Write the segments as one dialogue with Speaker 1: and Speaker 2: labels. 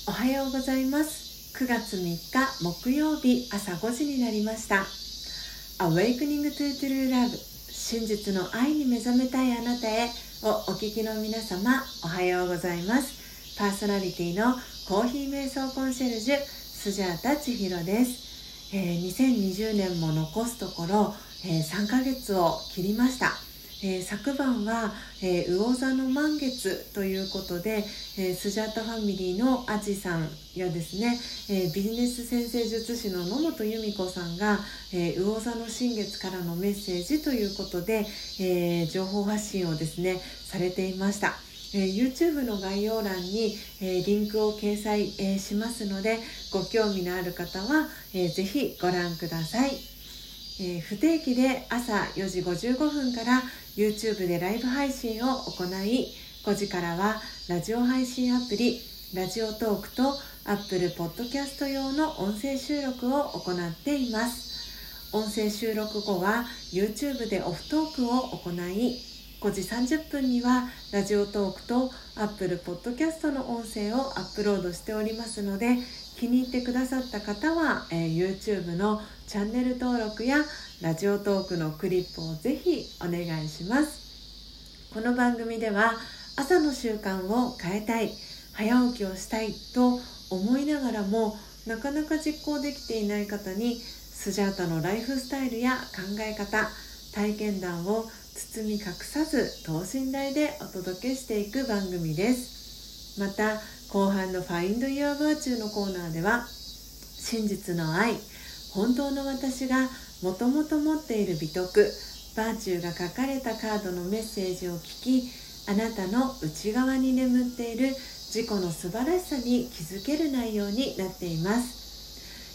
Speaker 1: おはようございます。9月3日木曜日朝5時になりました。 Awakening to True Love 真実の愛に目覚めたいあなたへをお聞きの皆様、おはようございます。パーソナリティのコーヒー瞑想コンシェルジュスジャータ千尋です。2020年も残すところ、3ヶ月を切りました。昨晩は、魚座の満月ということで、スジャータファミリーのアジさんやですね、ビジネス先生術師の野本由美子さんが、魚座の新月からのメッセージということで、情報発信をですねされていました。YouTube の概要欄に、リンクを掲載、しますので、ご興味のある方は、ぜひご覧ください。不定期で朝4時55分から YouTube でライブ配信を行い、5時からはラジオ配信アプリラジオトークと Apple Podcast 用の音声収録を行っています。音声収録後は YouTube でオフトークを行い、5時30分にはラジオトークと Apple Podcast の音声をアップロードしておりますので、気に入ってくださった方は、YouTube のチャンネル登録やラジオトークのクリップをぜひお願いします。この番組では朝の習慣を変えたい、早起きをしたいと思いながらもなかなか実行できていない方に、スジャータのライフスタイルや考え方、体験談を包み隠さず等身大でお届けしていく番組です。また後半の Find Your Virtue のコーナーでは、真実の愛、本当の私がもともと持っている美徳、バーチューが書かれたカードのメッセージを聞き、あなたの内側に眠っている自己の素晴らしさに気づける内容になっています。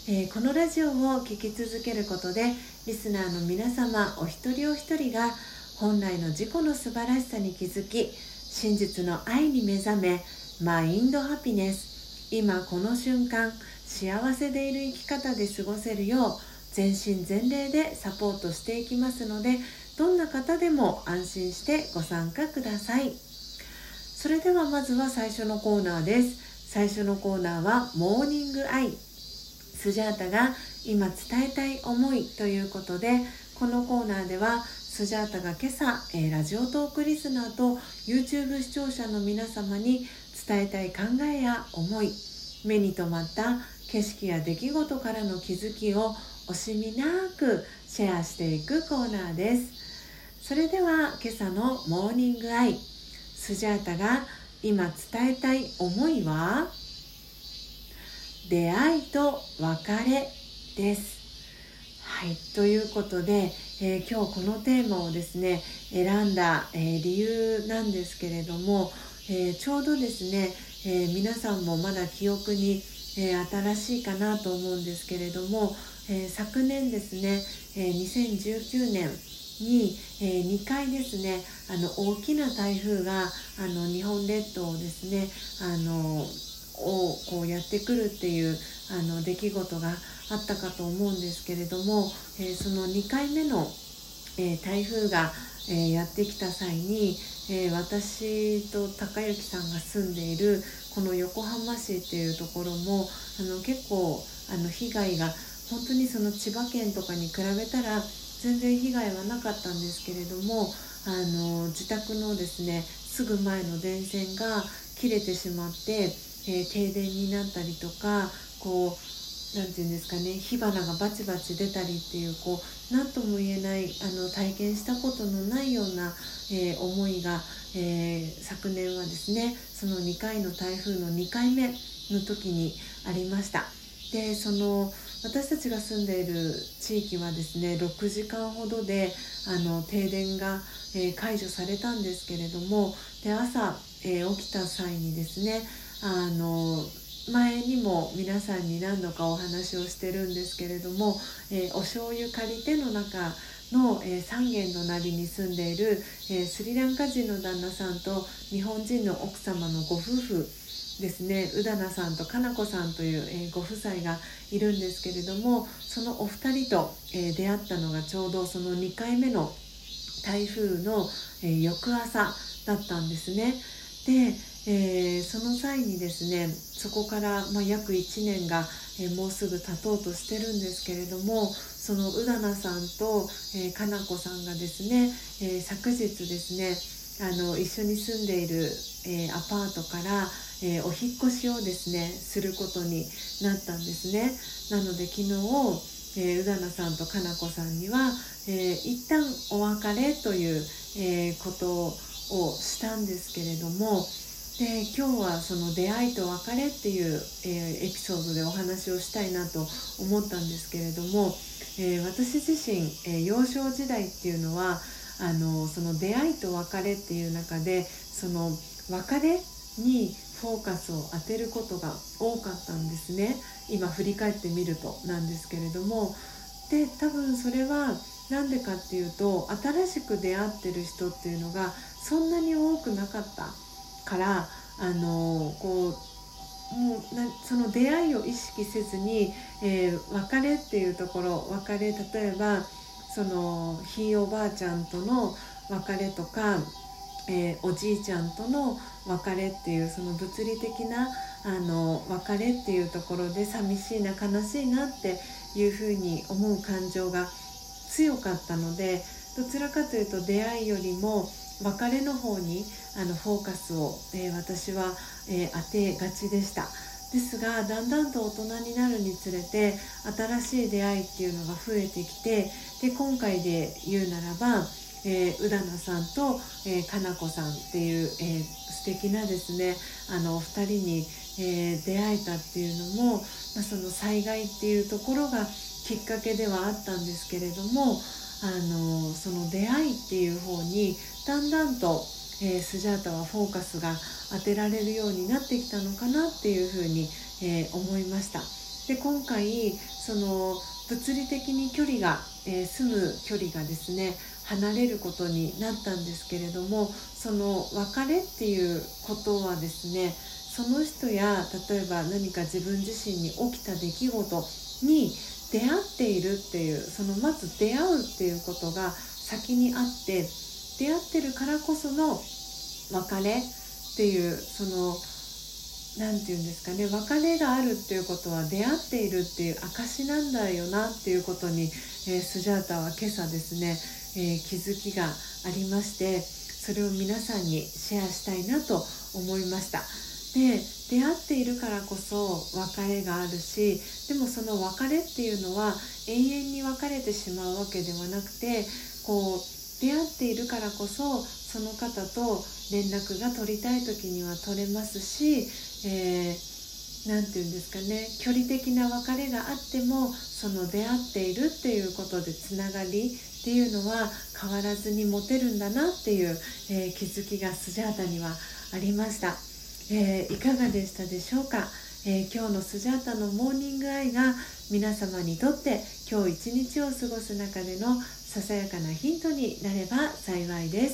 Speaker 1: このラジオを聞き続けることで、リスナーの皆様お一人お一人が本来の自己の素晴らしさに気づき、真実の愛に目覚め、マインドハピネス、今この瞬間幸せでいる生き方で過ごせるよう全身全霊でサポートしていきますので、どんな方でも安心してご参加ください。それではまずは最初のコーナーです。最初のコーナーはモーニングアイ、スジャータが今伝えたい思いということで、このコーナーではスジャータが今朝、ラジオトークリスナーと YouTube 視聴者の皆様に伝えたい考えや思い、目に留まった景色や出来事からの気づきを惜しみなくシェアしていくコーナーです。それでは今朝のモーニングアイ、スジャータが今伝えたい思いは出会いと別れです。はい、ということで、今日このテーマをですね選んだ、理由なんですけれども、ちょうどですね、皆さんもまだ記憶に、新しいかなと思うんですけれども、昨年ですね、2019年に、2回ですね大きな台風が日本列島をですねこうやってくるっていう出来事があったかと思うんですけれども、その2回目の、台風が、やってきた際に、私と高之さんが住んでいるこの横浜市っていうところも結構被害が本当にその千葉県とかに比べたら全然被害はなかったんですけれども、自宅のですねすぐ前の電線が切れてしまって、停電になったりとか、こうなんていうんですかね、火花がバチバチ出たりっていう、何とも言えない体験したことのないような、思いが、昨年はですねその2回の台風の2回目の時にありました。でその私たちが住んでいる地域はですね6時間ほどで停電が、解除されたんですけれども、で朝、起きた際にですね前にも皆さんに何度かお話をしてるんですけれども、お醤油借り手の中の、三軒の隣に住んでいる、スリランカ人の旦那さんと日本人の奥様のご夫婦ですね、うだなさんとかなこさんという、ご夫妻がいるんですけれども、そのお二人と、出会ったのがちょうどその2回目の台風の、翌朝だったんですね。で、 その際にですね、そこから、約1年が、もうすぐ経とうとしてるんですけれども、そのうだなさんと、かなこさんがですね、昨日ですね、一緒に住んでいる、アパートから、お引越しをですねすることになったんですね。なので昨日、うだなさんとかなこさんには、一旦お別れという、ことをしたんですけれども、で今日はその出会いと別れっていう、エピソードでお話をしたいなと思ったんですけれども、私自身、幼少時代っていうのはその出会いと別れっていう中で、その別れにフォーカスを当てることが多かったんですね。今振り返ってみるとなんですけれども、で多分それはなんでかっていうと、新しく出会ってる人っていうのがそんなに多くなかったから、その出会いを意識せずに、別れっていうところ、例えばそのひいおばあちゃんとの別れとか、おじいちゃんとの別れっていう、その物理的な別れっていうところで寂しいな、悲しいなっていうふうに思う感情が強かったので、どちらかというと出会いよりも別れの方にフォーカスを、私は、当てがちでした。ですが、だんだんと大人になるにつれて新しい出会いっていうのが増えてきて、で今回で言うならば、うだなさんと、かなこさんっていう、素敵なですねお二人に、出会えたっていうのも、その災害っていうところがきっかけではあったんですけれども、その出会いっていう方にだんだんと、スジャータはフォーカスが当てられるようになってきたのかなっていうふうに、思いました。で今回その物理的に距離が、住む距離がですね離れることになったんですけれども、その別れっていうことはですね、その人や例えば何か自分自身に起きた出来事に出会っているっていう、そのまず出会うっていうことが先にあって、出会ってるからこその別れっていう、そのなんていうんですかね、別れがあるっていうことは出会っているっていう証なんだよなっていうことに、スジャータは今朝ですね、気づきがありまして、それを皆さんにシェアしたいなと思いました。で出会っているからこそ別れがあるし、でもその別れっていうのは永遠に別れてしまうわけではなくて、出会っているからこそその方と連絡が取りたい時には取れますし、なんていうんですかね、距離的な別れがあってもその出会っているっていうことでつながりっていうのは変わらずに持てるんだなっていう、気づきがスジャータにはありました。いかがでしたでしょうか。今日のスジャータのモーニングアイが皆様にとって今日一日を過ごす中でのささやかなヒントになれば幸いです。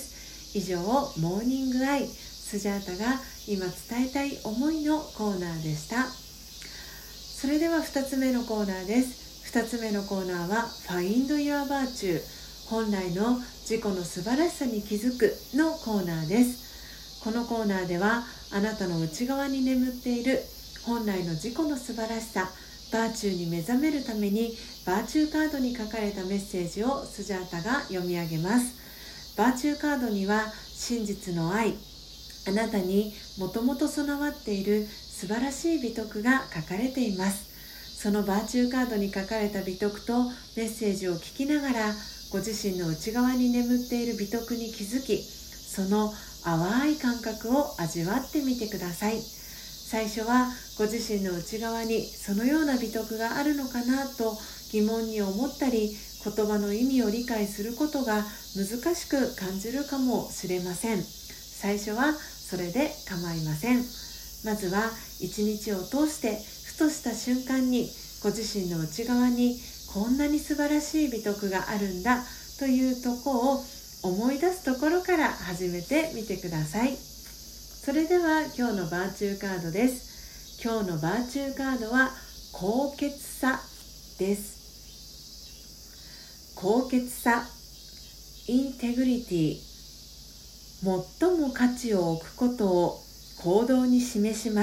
Speaker 1: 以上、モーニングアイスジャータが今伝えたい思いのコーナーでした。それでは2つ目のコーナーです。2つ目のコーナーは Find Your Virtue、 本来の自己の素晴らしさに気づくのコーナーです。このコーナーではあなたの内側に眠っている本来の自己の素晴らしさ、バーチューに目覚めるためにバーチューカードに書かれたメッセージをスジャータが読み上げます。バーチューカードには真実の愛、あなたにもともと備わっている素晴らしい美徳が書かれています。そのバーチューカードに書かれた美徳とメッセージを聞きながら、ご自身の内側に眠っている美徳に気づき、その淡い感覚を味わってみてください。最初はご自身の内側にそのような美徳があるのかなと疑問に思ったり、言葉の意味を理解することが難しく感じるかもしれません。最初はそれで構いません。まずは一日を通してふとした瞬間にご自身の内側にこんなに素晴らしい美徳があるんだというところを思い出すところから始めてみてください。それでは今日のバーチューカードです。今日のバーチューカードは高潔さです。高潔さ、インテグリティ、最も価値を置くことを行動に示します。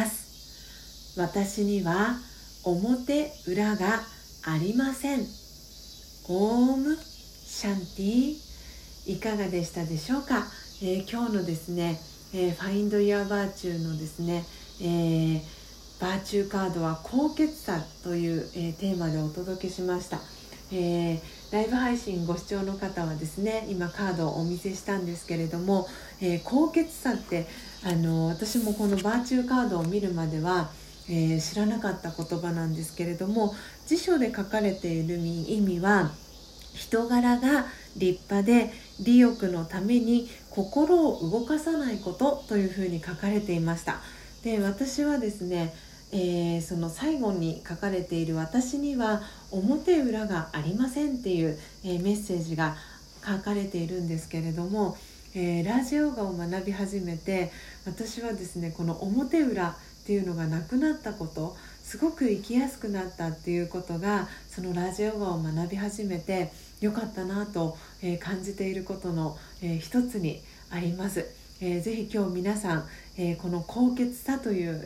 Speaker 1: 私には表裏がありません。オームシャンティ。いかがでしたでしょうか。今日のですね、Find Your Virtue のですね、バーチューカードは高潔さという、テーマでお届けしました。ライブ配信ご視聴の方はですね、今カードをお見せしたんですけれども、高潔さって私もこのバーチューカードを見るまでは、知らなかった言葉なんですけれども、辞書で書かれている意味は、人柄が立派で利欲のために心を動かさないことというふうに書かれていました。で、私はですね、その最後に書かれている私には表裏がありませんっていう、メッセージが書かれているんですけれども、ラージヨガを学び始めて、私はですね、この表裏っていうのがなくなったこと、すごく生きやすくなったっていうことが、そのラージヨガを学び始めてよかったなと、感じていることの、一つにあります。ぜひ今日皆さん、この高潔さという、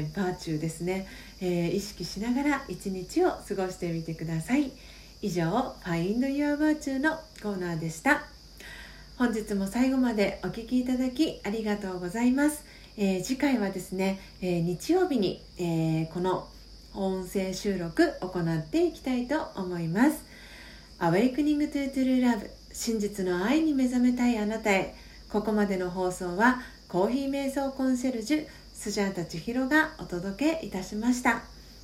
Speaker 1: バーチューですね、意識しながら一日を過ごしてみてください。以上 Find Your Virtue のコーナーでした。本日も最後までお聞きいただきありがとうございます。次回はですね、日曜日に、この音声収録行っていきたいと思います。Awakening to True Love、 真実の愛に目覚めたいあなたへ。ここまでの放送はコーヒー瞑想コンシェルジュスジャータ千尋がお届けいたしました。